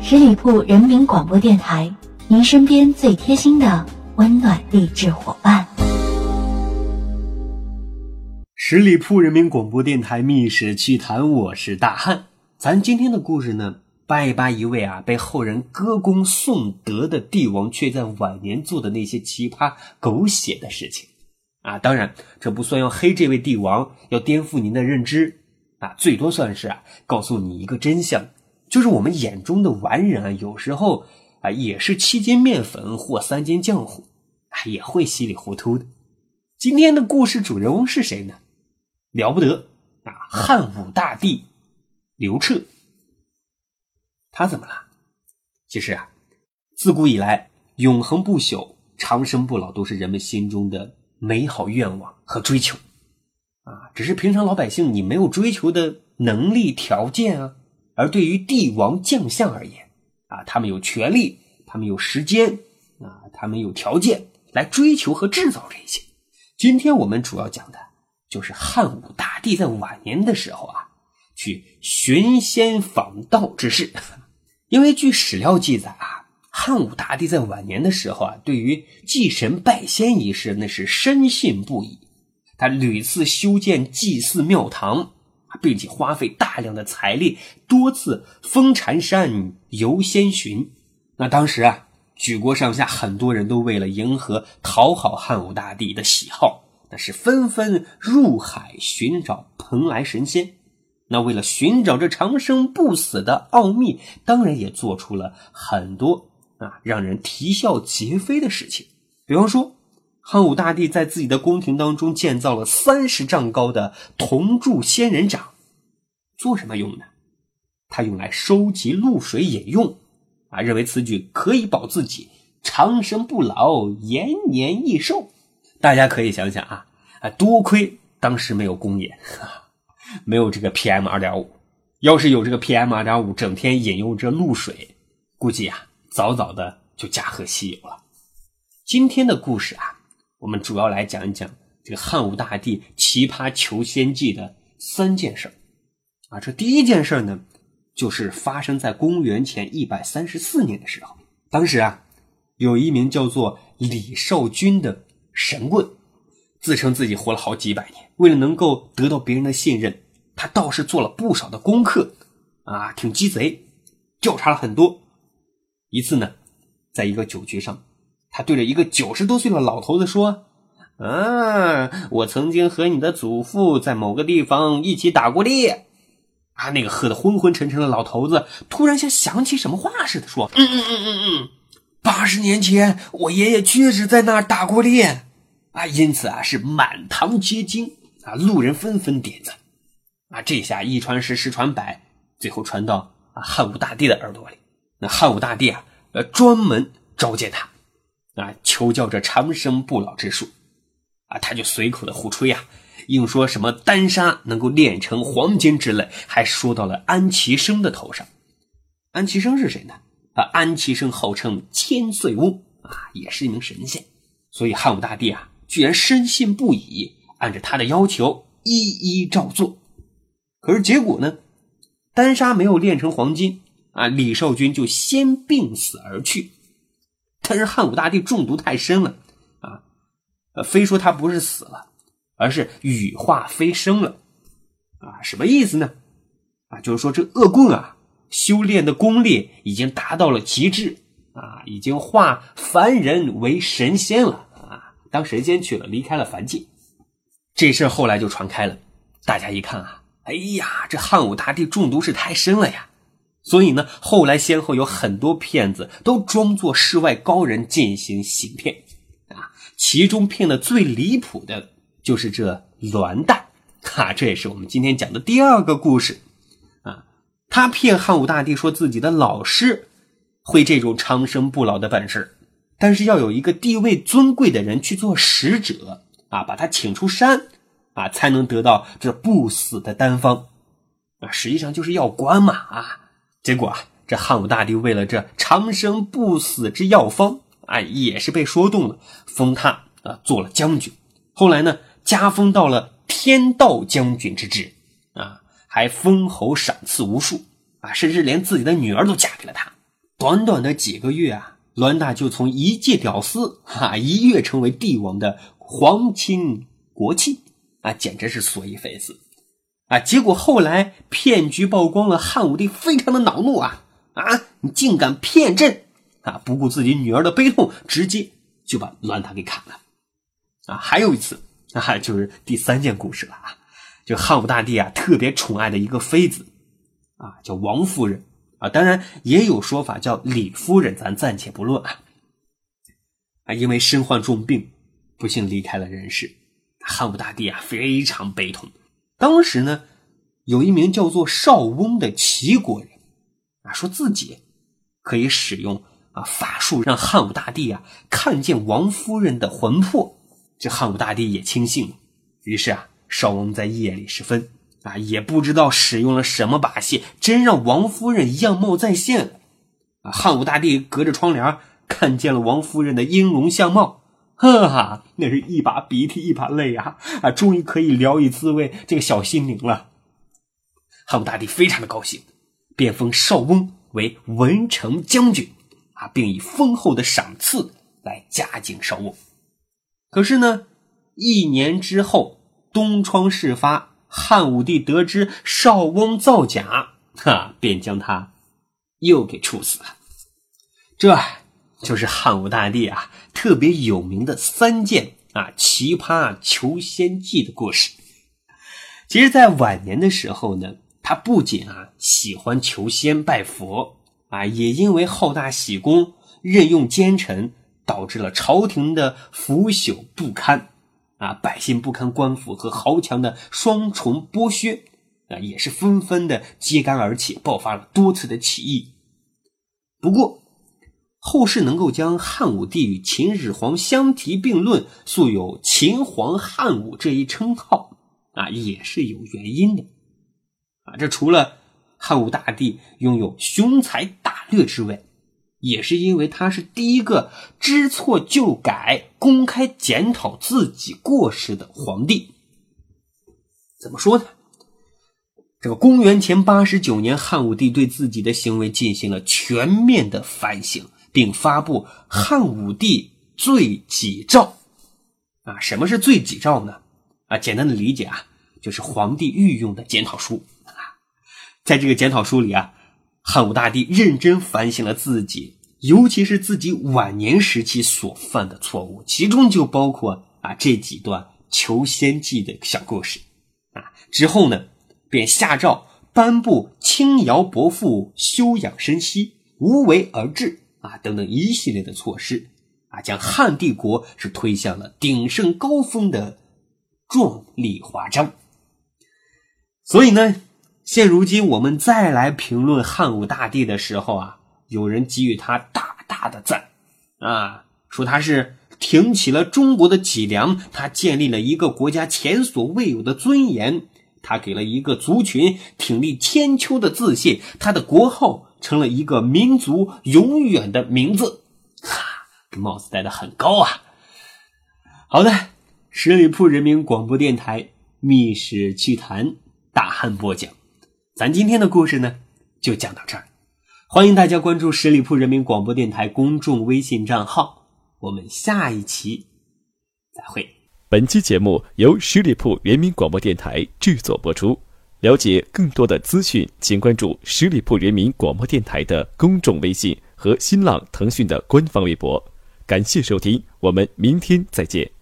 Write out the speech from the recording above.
十里铺人民广播电台，您身边最贴心的温暖励志伙伴。 十里铺人民广播电台密室趣谈，我是大汉。咱今天的故事呢，扒一扒一位被后人歌功颂德的帝王，却在晚年做的那些奇葩狗血的事情当然这不算要黑这位帝王，要颠覆您的认知最多算是告诉你一个真相，就是我们眼中的完人有时候也是7斤面粉或3斤浆糊也会稀里糊涂的。今天的故事主人翁是谁呢？了不得汉武大帝刘彻。他怎么了？其实自古以来永恒不朽、长生不老都是人们心中的美好愿望和追求只是平常老百姓你没有追求的能力条件而对于帝王将相而言他们有权利，他们有时间他们有条件来追求和制造这些。今天我们主要讲的就是汉武大帝在晚年的时候去寻仙访道之事。因为据史料记载汉武大帝在晚年的时候对于祭神拜仙一事那是深信不疑。他屡次修建祭祀庙堂，并且花费大量的财力，多次封禅山游仙巡。那当时举国上下很多人都为了迎合讨好汉武大帝的喜好，那是纷纷入海寻找蓬莱神仙。那为了寻找这长生不死的奥秘，当然也做出了很多让人啼笑皆非的事情。比方说汉武大帝在自己的宫廷当中建造了30丈高的铜铸仙人掌，做什么用呢？他用来收集露水饮用认为此举可以保自己长生不老、延年益寿。大家可以想想多亏当时没有公盐没有这个 PM2.5， 要是有这个 PM2.5 整天饮用这露水，估计早早的就驾鹤西游了。今天的故事我们主要来讲一讲这个汉武大帝奇葩求仙记的3件事这第一件事呢，就是发生在公元前134年的时候。当时有一名叫做李少君的神棍，自称自己活了好几百年，为了能够得到别人的信任，他倒是做了不少的功课挺鸡贼，调查了很多。一次呢，在一个酒局上，他对着一个90多岁的老头子说我曾经和你的祖父在某个地方一起打过猎那个喝得昏昏沉沉的老头子突然像想起什么话似的说80年前我爷爷确实在那儿打过猎因此是满堂皆惊路人纷纷点赞这下一传十，十传百，最后传到汉武大帝的耳朵里。那汉武大帝专门召见他求教这长生不老之术他就随口的胡吹硬说什么丹砂能够炼成黄金之类，还说到了安其生的头上。安其生是谁呢？安其生号称千岁翁也是一名神仙。所以汉武大帝居然深信不疑，按照他的要求一一照做。可是结果呢，丹砂没有炼成黄金李少君就先病死而去。但是汉武大帝中毒太深了非说他不是死了，而是羽化飞升了什么意思呢？就是说这恶棍修炼的功力已经达到了极致已经化凡人为神仙了当神仙去了，离开了凡界。这事后来就传开了，大家一看哎呀，这汉武大帝中毒是太深了呀。所以呢，后来先后有很多骗子都装作世外高人进行行骗其中骗的最离谱的就是这栾诞这也是我们今天讲的第2个故事他骗汉武大帝说自己的老师会这种长生不老的本事，但是要有一个地位尊贵的人去做使者把他请出山才能得到这不死的丹方实际上就是要官嘛结果这汉武大帝为了这长生不死之药方也是被说动了，封他做了将军。后来呢，加封到了天道将军之职还封侯赏赐无数甚至连自己的女儿都嫁给了他短短的几个月啊，栾大就从一介屌丝一跃成为帝王的皇亲国戚简直是所以非死结果后来骗局曝光了，汉武帝非常的恼怒你竟敢骗朕不顾自己女儿的悲痛，直接就把栾大给砍了还有一次就是第3件故事了就汉武大帝特别宠爱的一个妃子叫王夫人当然也有说法叫李夫人，咱暂且不论因为身患重病不幸离开了人世。汉武大帝非常悲痛。当时呢，有一名叫做邵翁的齐国人说自己可以使用法术让汉武大帝看见王夫人的魂魄。这汉武大帝也轻信了，于是邵翁在夜里时分也不知道使用了什么把戏，真让王夫人样貌再现了汉武大帝隔着窗帘看见了王夫人的音容相貌，那是一把鼻涕一把泪终于可以聊以自慰这个小心灵了。汉武大帝非常的高兴，便封邵翁为文成将军并以丰厚的赏赐来嘉奖邵翁。可是呢，1年之后东窗事发，汉武帝得知邵翁造假便将他又给处死了。这就是汉武大帝特别有名的3件奇葩求仙记的故事。其实在晚年的时候呢，他不仅喜欢求仙拜佛也因为好大喜功，任用奸臣，导致了朝廷的腐朽不堪百姓不堪官府和豪强的双重剥削也是纷纷的揭竿而起，爆发了多次的起义。不过后世能够将汉武帝与秦始皇相提并论，素有秦皇汉武这一称号也是有原因的这除了汉武大帝拥有雄才大略之外，也是因为他是第一个知错就改、公开检讨自己过失的皇帝。怎么说呢？这个公元前89年，汉武帝对自己的行为进行了全面的反省，并发布汉武帝罪己诏什么是罪己诏呢？简单的理解就是皇帝御用的检讨书在这个检讨书里汉武大帝认真反省了自己，尤其是自己晚年时期所犯的错误，其中就包括这几段求仙记的小故事之后呢，便下诏颁布轻徭薄赋、休养生息、无为而治等等一系列的措施将汉帝国是推向了鼎盛高峰的壮丽华章。所以呢，现如今我们再来评论汉武大帝的时候有人给予他大大的赞说他是挺起了中国的脊梁，他建立了一个国家前所未有的尊严，他给了一个族群挺立千秋的自信，他的国号成了一个民族永远的名字帽子戴得很高好的，十里铺人民广播电台密史趣谈大汉播讲，咱今天的故事呢就讲到这儿。欢迎大家关注十里铺人民广播电台公众微信账号，我们下一期再会。 本期节目由十里铺人民广播电台制作播出。了解更多的资讯，请关注十里铺人民广播电台的公众微信和新浪、腾讯的官方微博。感谢收听，我们明天再见。